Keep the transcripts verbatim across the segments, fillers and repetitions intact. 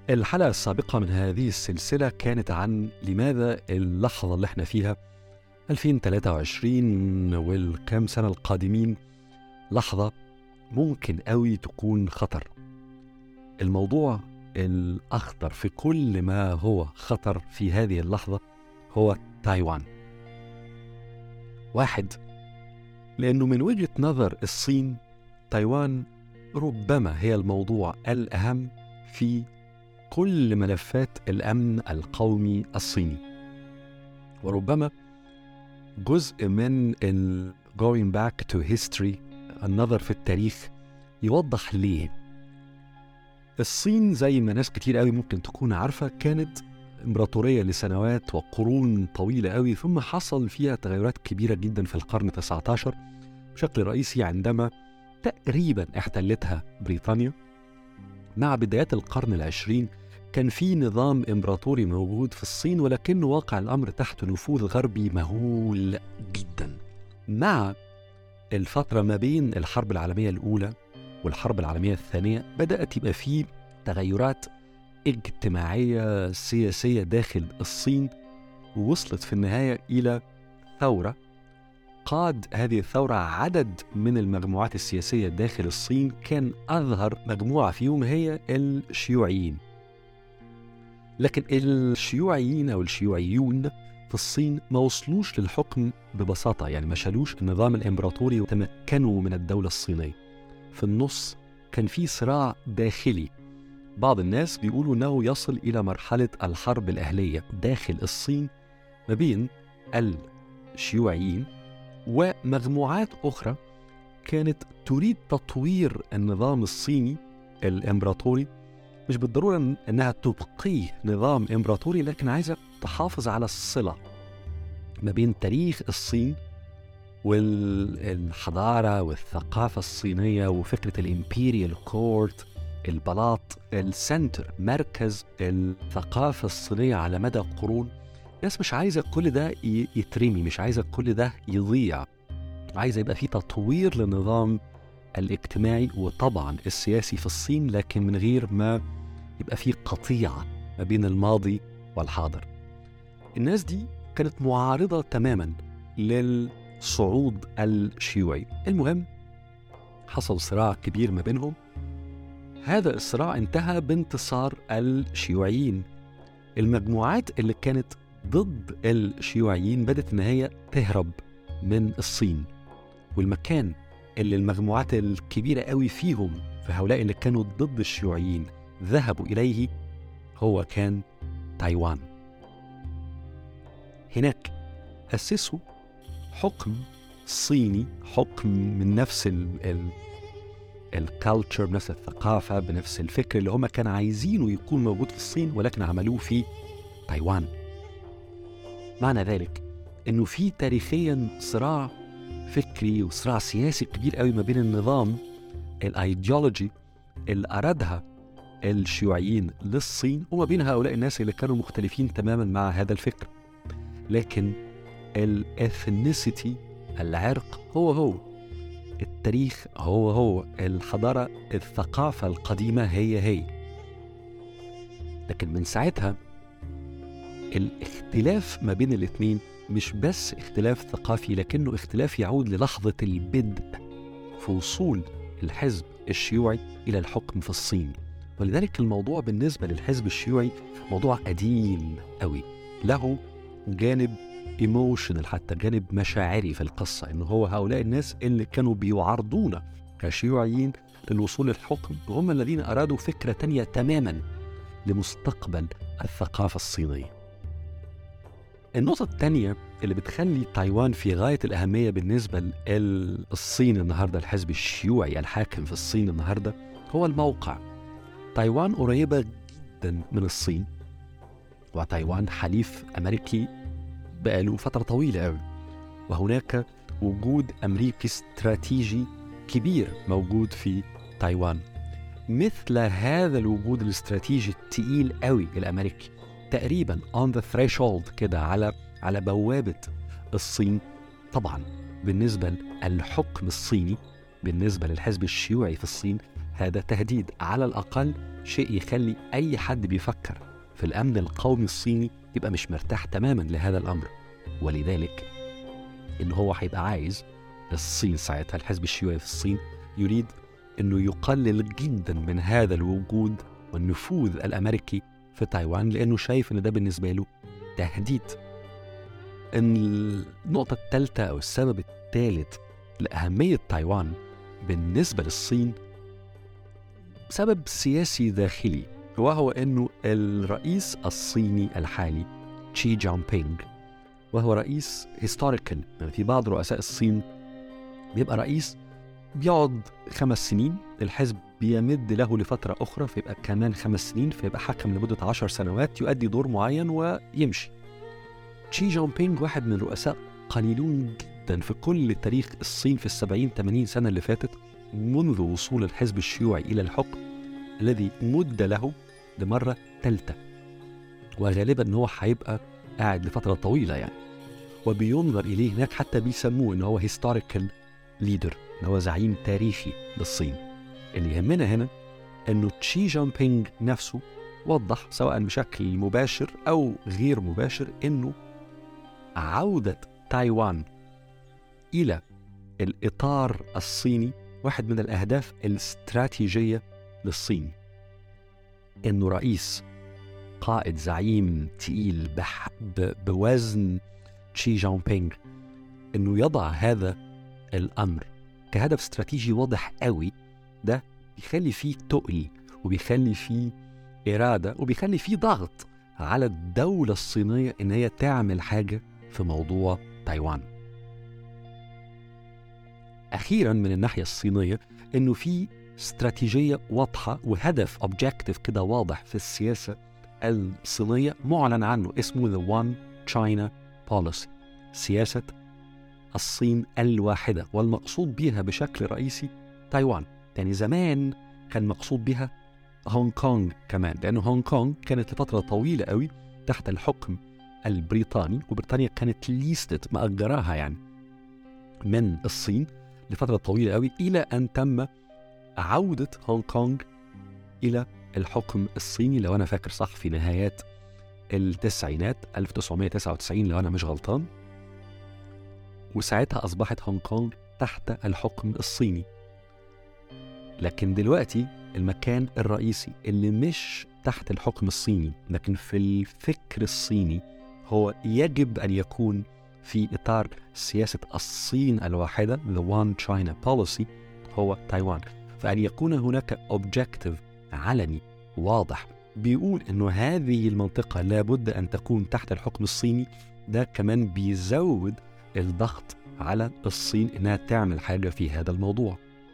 الحلقة السابقة من هذه السلسلة كانت عن لماذا اللحظة اللي احنا فيها ألفين وثلاثة وعشرين والكام سنة القادمين لحظة ممكن قوي تكون خطر. الموضوع الأخطر في كل ما هو خطر في هذه اللحظة هو تايوان. واحد، لأنه من وجهة نظر الصين تايوان ربما هي الموضوع الأهم في كل ملفات الأمن القومي الصيني، وربما جزء من ال going back to history، النظر في التاريخ، يوضح ليه. الصين زي ما ناس كتير قوي ممكن تكون عارفة كانت إمبراطورية لسنوات وقرون طويلة قوي، ثم حصل فيها تغيرات كبيرة جدا في القرن التاسع عشر بشكل رئيسي عندما تقريبا احتلتها بريطانيا. مع بدايات القرن العشرين كان في نظام إمبراطوري موجود في الصين، ولكنه واقع الأمر تحت نفوذ غربي مهول جدا. مع الفترة ما بين الحرب العالمية الأولى والحرب العالمية الثانية بدأت يبقى فيه تغيرات اجتماعية سياسية داخل الصين، ووصلت في النهاية إلى ثورة قاد هذه الثورة عدد من المجموعات السياسية داخل الصين. كان أظهر مجموعة فيهم هي الشيوعيين. لكن الشيوعيين أو الشيوعيون في الصين ما وصلوش للحكم ببساطة، يعني ما شالوش النظام الإمبراطوري وتمكنوا من الدولة الصينية. في النص كان في صراع داخلي، بعض الناس بيقولوا أنه يصل إلى مرحلة الحرب الأهلية داخل الصين ما بين الشيوعيين ومجموعات أخرى كانت تريد تطوير النظام الصيني الإمبراطوري، مش بالضرورة أنها تبقيه نظام إمبراطوري، لكن عايزة تحافظ على الصلة ما بين تاريخ الصين والحضارة والثقافة الصينية وفكرة الإمبيريال كورت، البلاط، السنتر، مركز الثقافة الصينية على مدى قرون. ناس مش عايزة كل ده يترمي، مش عايزة كل ده يضيع، عايزة يبقى فيه تطوير للنظام الاجتماعي وطبعا السياسي في الصين، لكن من غير ما يبقى فيه قطيعة ما بين الماضي والحاضر. الناس دي كانت معارضة تماما للصعود الشيوعي. المهم حصل صراع كبير ما بينهم. هذا الصراع انتهى بانتصار الشيوعيين. المجموعات اللي كانت ضد الشيوعيين بدت ان هي تهرب من الصين، والمكان اللي المجموعات الكبيرة قوي فيهم في هؤلاء اللي كانوا ضد الشيوعيين ذهبوا إليه هو كان تايوان. هناك أسسوا حكم صيني، حكم من نفس الكالتشر، بنفس الثقافة، بنفس الفكر اللي هم كانوا عايزينه يكون موجود في الصين، ولكن عملوه في تايوان. معنى ذلك انه في تاريخيا صراع فكري وصراع سياسي كبير قوي ما بين النظام الايديولوجي اللي أرادها الشيوعيين للصين وما بين هؤلاء الناس اللي كانوا مختلفين تماما مع هذا الفكر. لكن الإثنيسيتي، العرق، هو هو التاريخ، هو هو الحضارة، الثقافة القديمة هي هي. لكن من ساعتها الاختلاف ما بين الاثنين مش بس اختلاف ثقافي، لكنه اختلاف يعود للحظة البدء في وصول الحزب الشيوعي إلى الحكم في الصين. ولذلك الموضوع بالنسبة للحزب الشيوعي موضوع قديم قوي، له جانب ايموشنال، حتى جانب مشاعري في القصة، إنه هو هؤلاء الناس اللي كانوا بيعارضون كشيوعيين للوصول للحكم هم الذين أرادوا فكرة تانية تماما لمستقبل الثقافة الصينية. النقطة الثانية اللي بتخلي تايوان في غاية الأهمية بالنسبة للصين النهاردة، الحزب الشيوعي الحاكم في الصين النهاردة، هو الموقع. تايوان قريبة جدا من الصين، وتايوان حليف أمريكي بقاله فترة طويلة قوي، وهناك وجود أمريكي استراتيجي كبير موجود في تايوان. مثل هذا الوجود الاستراتيجي التقيل قوي الأمريكي تقريبا on the threshold كده على على بوابة الصين. طبعا بالنسبة للحكم الصيني، بالنسبة للحزب الشيوعي في الصين، هذا تهديد، على الأقل شيء يخلي أي حد بيفكر في الأمن القومي الصيني يبقى مش مرتاح تماما لهذا الأمر. ولذلك إنه هو هيبقى عايز الصين ساعتها، الحزب الشيوعي في الصين يريد إنه يقلل جدا من هذا الوجود والنفوذ الأمريكي في تايوان، لأنه شايف إن ده بالنسبة له تهديد. النقطة الثالثة أو السبب الثالث لأهمية تايوان بالنسبة للصين سبب سياسي داخلي، وهو أنه الرئيس الصيني الحالي شي جين بينغ، وهو رئيس هيستوريكال، يعني في بعض رؤساء الصين بيبقى رئيس بيقعد خمس سنين، الحزب بيمد له لفترة أخرى فيبقى كمان خمس سنين، فيبقى حاكم لمدة عشر سنوات يؤدي دور معين ويمشي. شي جين بينغ واحد من رؤساء قليلون جدا في كل تاريخ الصين في السبعين ثمانين سنة اللي فاتت منذ وصول الحزب الشيوعي إلى الحكم، الذي مد له لمرة ثالثة، وغالبا أنه هيبقى قاعد لفترة طويلة يعني، وبينظر إليه هناك حتى بيسموه أنه هو historical leader، أنه هو زعيم تاريخي للصين. اللي يهمنا هنا أنه شي جين بينغ نفسه وضح سواء بشكل مباشر أو غير مباشر أنه عودة تايوان إلى الإطار الصيني واحد من الأهداف الاستراتيجية للصين. إنه رئيس قائد زعيم تقيل بح... ب... بوزن شي جين بينغ إنه يضع هذا الأمر كهدف استراتيجي واضح قوي، ده بيخلي فيه تقل وبيخلي فيه إرادة وبيخلي فيه ضغط على الدولة الصينية إن هي تعمل حاجة في موضوع تايوان. أخيراً من الناحية الصينية إنه في استراتيجية واضحة وهدف objective كده واضح في السياسة الصينية معلن عنه، اسمه The One China Policy، سياسة الصين الواحدة، والمقصود بها بشكل رئيسي تايوان. يعني زمان كان مقصود بها هونغ كونغ كمان، لأنه هونغ كونغ كانت لفترة طويلة قوي تحت الحكم البريطاني، وبريطانيا كانت ليستت مأجراها يعني من الصين لفترة طويلة قوي، إلى أن تم عودة هونغ كونغ إلى الحكم الصيني لو أنا فاكر صح في نهايات التسعينات ألف وتسعمائة وتسعة وتسعين لو أنا مش غلطان، وساعتها أصبحت هونغ كونغ تحت الحكم الصيني. لكن دلوقتي المكان الرئيسي اللي مش تحت الحكم الصيني لكن في الفكر الصيني هو يجب أن يكون في إطار سياسة الصين الواحدة The One China Policy هو تايوان. فأن يكون هناك objective علني واضح بيقول أنه هذه المنطقة لابد أن تكون تحت الحكم الصيني، ده كمان بيزود الضغط على الصين أنها تعمل حاجة في هذا الموضوع.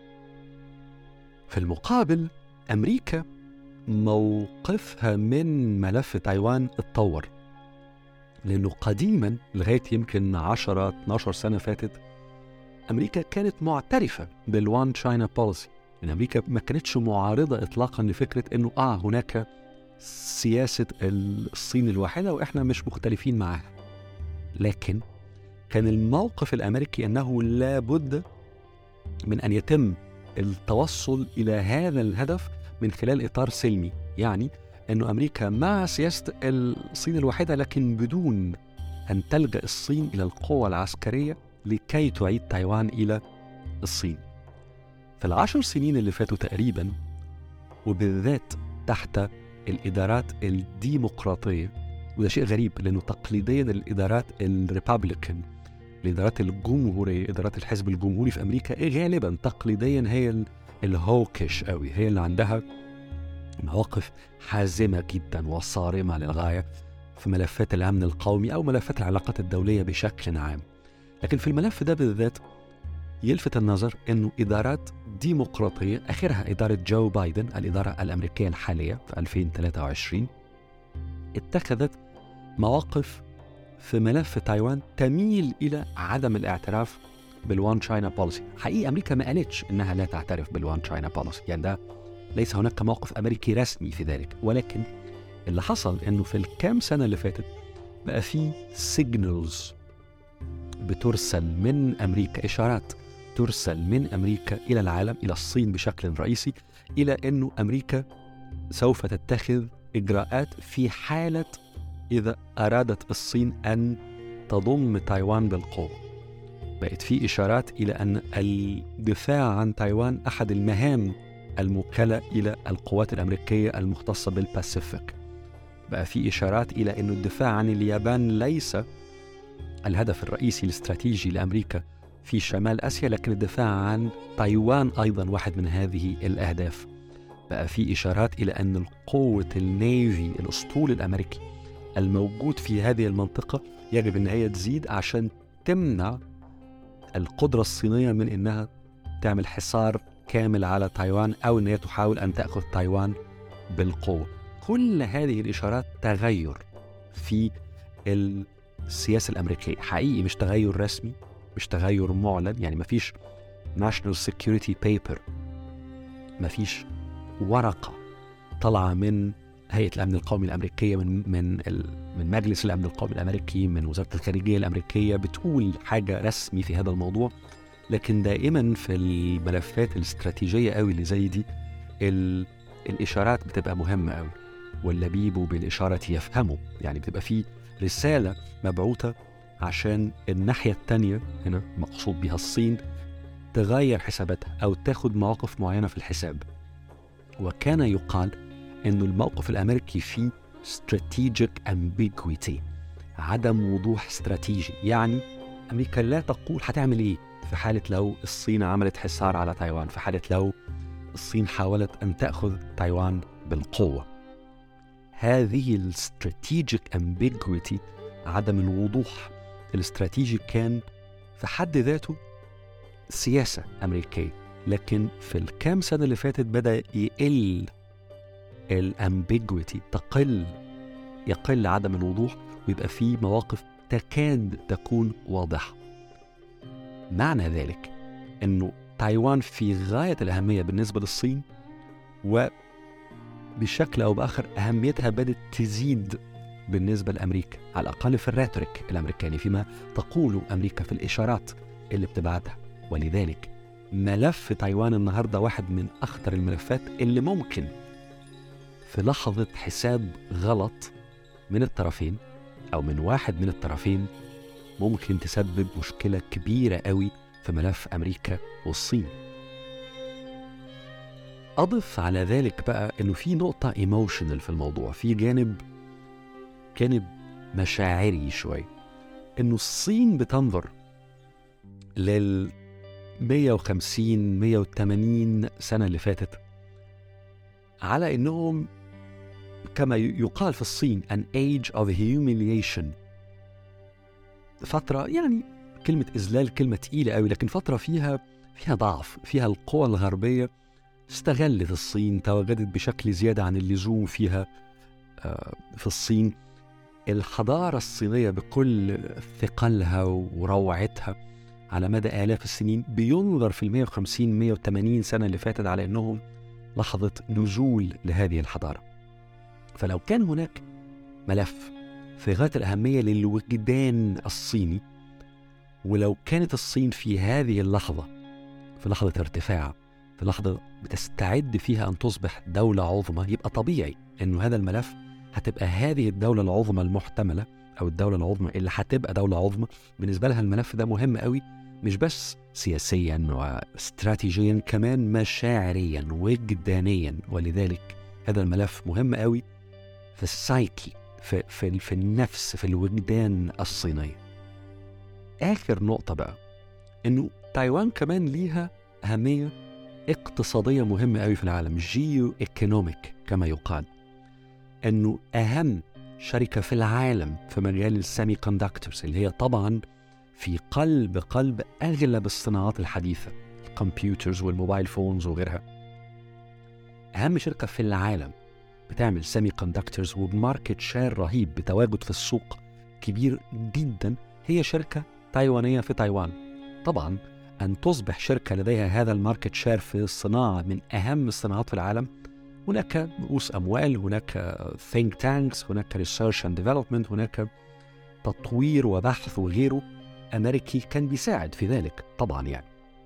في المقابل أمريكا موقفها من ملف تايوان اتطور، لأنه قديما لغاية يمكن عشرة اثنا عشر سنة فاتت أمريكا كانت معترفة بالوان تشاينا بوليسي، لأن أمريكا ما كانتش معارضة إطلاقا لفكرة أنه آه هناك سياسة الصين الواحدة وإحنا مش مختلفين معها. لكن كان الموقف الأمريكي أنه لابد من أن يتم التوصل إلى هذا الهدف من خلال إطار سلمي، يعني أنه أمريكا مع سياسة الصين الواحدة لكن بدون أن تلجأ الصين إلى القوة العسكرية لكي تعيد تايوان إلى الصين. في العشر سنين اللي فاتوا تقريبا، وبالذات تحت الإدارات الديمقراطية، وده شيء غريب لأنه تقليديا الإدارات الريبابليكان، الإدارات الجمهورية، إدارات الحزب الجمهوري في أمريكا غالبا تقليديا هي الهوكش قوي، هي اللي عندها مواقف حازمة جدا وصارمة للغاية في ملفات الأمن القومي أو ملفات العلاقات الدولية بشكل عام. لكن في الملف ده بالذات يلفت النظر أنه إدارات ديمقراطية، آخرها إدارة جو بايدن الإدارة الأمريكية الحالية في ألفين وثلاثة وعشرين، اتخذت مواقف في ملف تايوان تميل إلى عدم الاعتراف بالوان تشاينا بوليسي. حقيقة أمريكا ما قالتش إنها لا تعترف بالوان تشاينا بوليسي، يعني ده ليس هناك موقف أمريكي رسمي في ذلك، ولكن اللي حصل إنه في الكام سنة اللي فاتت بقى في سيجنالز بترسل من أمريكا، إشارات ترسل من أمريكا إلى العالم، إلى الصين بشكل رئيسي، إلى أنه أمريكا سوف تتخذ إجراءات في حالة إذا أرادت الصين أن تضم تايوان بالقوة. بقت في إشارات إلى أن الدفاع عن تايوان أحد المهام الموكلة إلى القوات الأمريكية المختصة بالباسيفيك. بقى في إشارات إلى أن الدفاع عن اليابان ليس الهدف الرئيسي الاستراتيجي لأمريكا في شمال آسيا، لكن الدفاع عن تايوان أيضا واحد من هذه الأهداف. بقى في إشارات إلى أن القوة النيفي الأسطول الأمريكي الموجود في هذه المنطقة يجب أن هي تزيد عشان تمنع القدرة الصينية من أنها تعمل حصار كامل على تايوان، أو أن هي تحاول أن تأخذ تايوان بالقوة. كل هذه الإشارات تغير في السياسة الأمريكية، حقيقي مش تغير رسمي، مش تغير معلن، يعني ما فيش National Security Paper، ما فيش ورقة طلع من هيئة الأمن القومي الأمريكية، من من من مجلس الأمن القومي الأمريكي، من وزارة الخارجية الأمريكية بتقول حاجة رسمي في هذا الموضوع. لكن دائما في الملفات الاستراتيجية قوي اللي زي دي الإشارات بتبقى مهمة قوي، واللبيب بالإشارة يفهموا، يعني بتبقى في رسالة مبعوثة عشان الناحية التانية، هنا مقصود بها الصين، تغير حساباتها أو تاخد مواقف معينة في الحساب. وكان يقال أنه الموقف الأمريكي فيه strategic ambiguity، عدم وضوح استراتيجي، يعني أمريكا لا تقول هتعمل إيه في حالة لو الصين عملت حصار على تايوان، في حالة لو الصين حاولت أن تأخذ تايوان بالقوة. هذه الستراتيجيك ambiguity، عدم الوضوح الاستراتيجي، كان في حد ذاته سياسة أمريكية. لكن في الكام سنة اللي فاتت بدأ يقل الامبيجويتي، تقل يقل عدم الوضوح، ويبقى فيه مواقف تكاد تكون واضحة. معنى ذلك أنه تايوان في غاية الأهمية بالنسبة للصين، وبشكل أو بآخر أهميتها بدأت تزيد بالنسبة لأمريكا، على الأقل في الريتوريك الأمريكاني، فيما تقول أمريكا في الإشارات اللي بتبعتها. ولذلك ملف تايوان النهاردة واحد من أخطر الملفات اللي ممكن في لحظة حساب غلط من الطرفين أو من واحد من الطرفين ممكن تسبب مشكلة كبيرة قوي في ملف أمريكا والصين. أضف على ذلك بقى أنه في نقطة ايموشنال في الموضوع، في جانب جانب مشاعري شوي، أنه الصين بتنظر لل مية وخمسين مية وثمانين سنة اللي فاتت على أنهم كما يقال في الصين an age of humiliation، فترة يعني كلمة إذلال كلمة تقيلة قوي، لكن فترة فيها فيها ضعف، فيها القوى الغربية استغلت الصين، تواجدت بشكل زيادة عن اللزوم فيها. في الصين الحضارة الصينية بكل ثقلها وروعتها على مدى آلاف السنين بينظر في المية وخمسين مية وثمانين سنة اللي فاتت على أنهم لحظة نزول لهذه الحضارة. فلو كان هناك ملف في غاية الأهمية للوجدان الصيني، ولو كانت الصين في هذه اللحظة في لحظة ارتفاع، في لحظة بتستعد فيها أن تصبح دولة عظمى، يبقى طبيعي أنه هذا الملف هتبقى هذه الدولة العظمى المحتملة أو الدولة العظمى اللي هتبقى دولة عظمى بالنسبة لها الملف ده مهم قوي، مش بس سياسيا واستراتيجيا، كمان مشاعريا وجدانيا. ولذلك هذا الملف مهم قوي في السايكي، في, في, في النفس، في الوجدان الصيني. آخر نقطة بقى إنه تايوان كمان ليها أهمية اقتصادية مهمة قوي في العالم، جيو ايكونوميك كما يقال، إنه أهم شركة في العالم في مجال السيمي كوندكتورز، اللي هي طبعا في قلب قلب أغلب الصناعات الحديثة، الكمبيوترز والموبايل فونز وغيرها. أهم شركة في العالم بتعمل سيمي كوندكتورز وبماركت شير رهيب، بتواجد في السوق كبير جدا، هي شركة تايوانية في تايوان. طبعا أن تصبح شركة لديها هذا الماركت شير في الصناعة من أهم الصناعات في العالم، هناك رؤوس أموال، هناك think tanks، هناك research and development، هناك تطوير وبحث وغيره أمريكي كان بيساعد في ذلك طبعا يعني.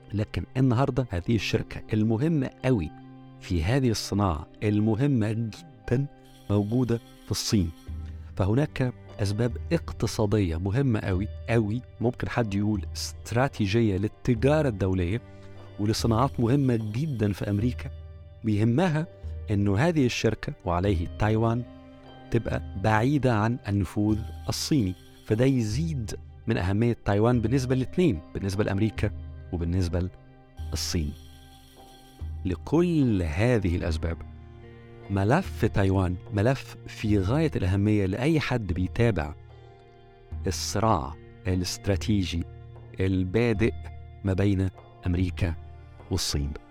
لكن النهاردة هذه الشركة المهمة قوي في هذه الصناعة المهمة جدا موجودة في الصين. فهناك أسباب اقتصادية مهمة قوي قوي، ممكن حد يقول استراتيجية للتجارة الدولية ولصناعات مهمة جدا في أمريكا، بيهمها أنه هذه الشركة وعليه تايوان تبقى بعيدة عن النفوذ الصيني. فده يزيد من أهمية تايوان بالنسبة للاثنين، بالنسبة لأمريكا وبالنسبة للصين. لكل هذه الأسباب ملف تايوان ملف في غاية الأهمية لأي حد بيتابع الصراع الاستراتيجي البادئ ما بين أمريكا والصين.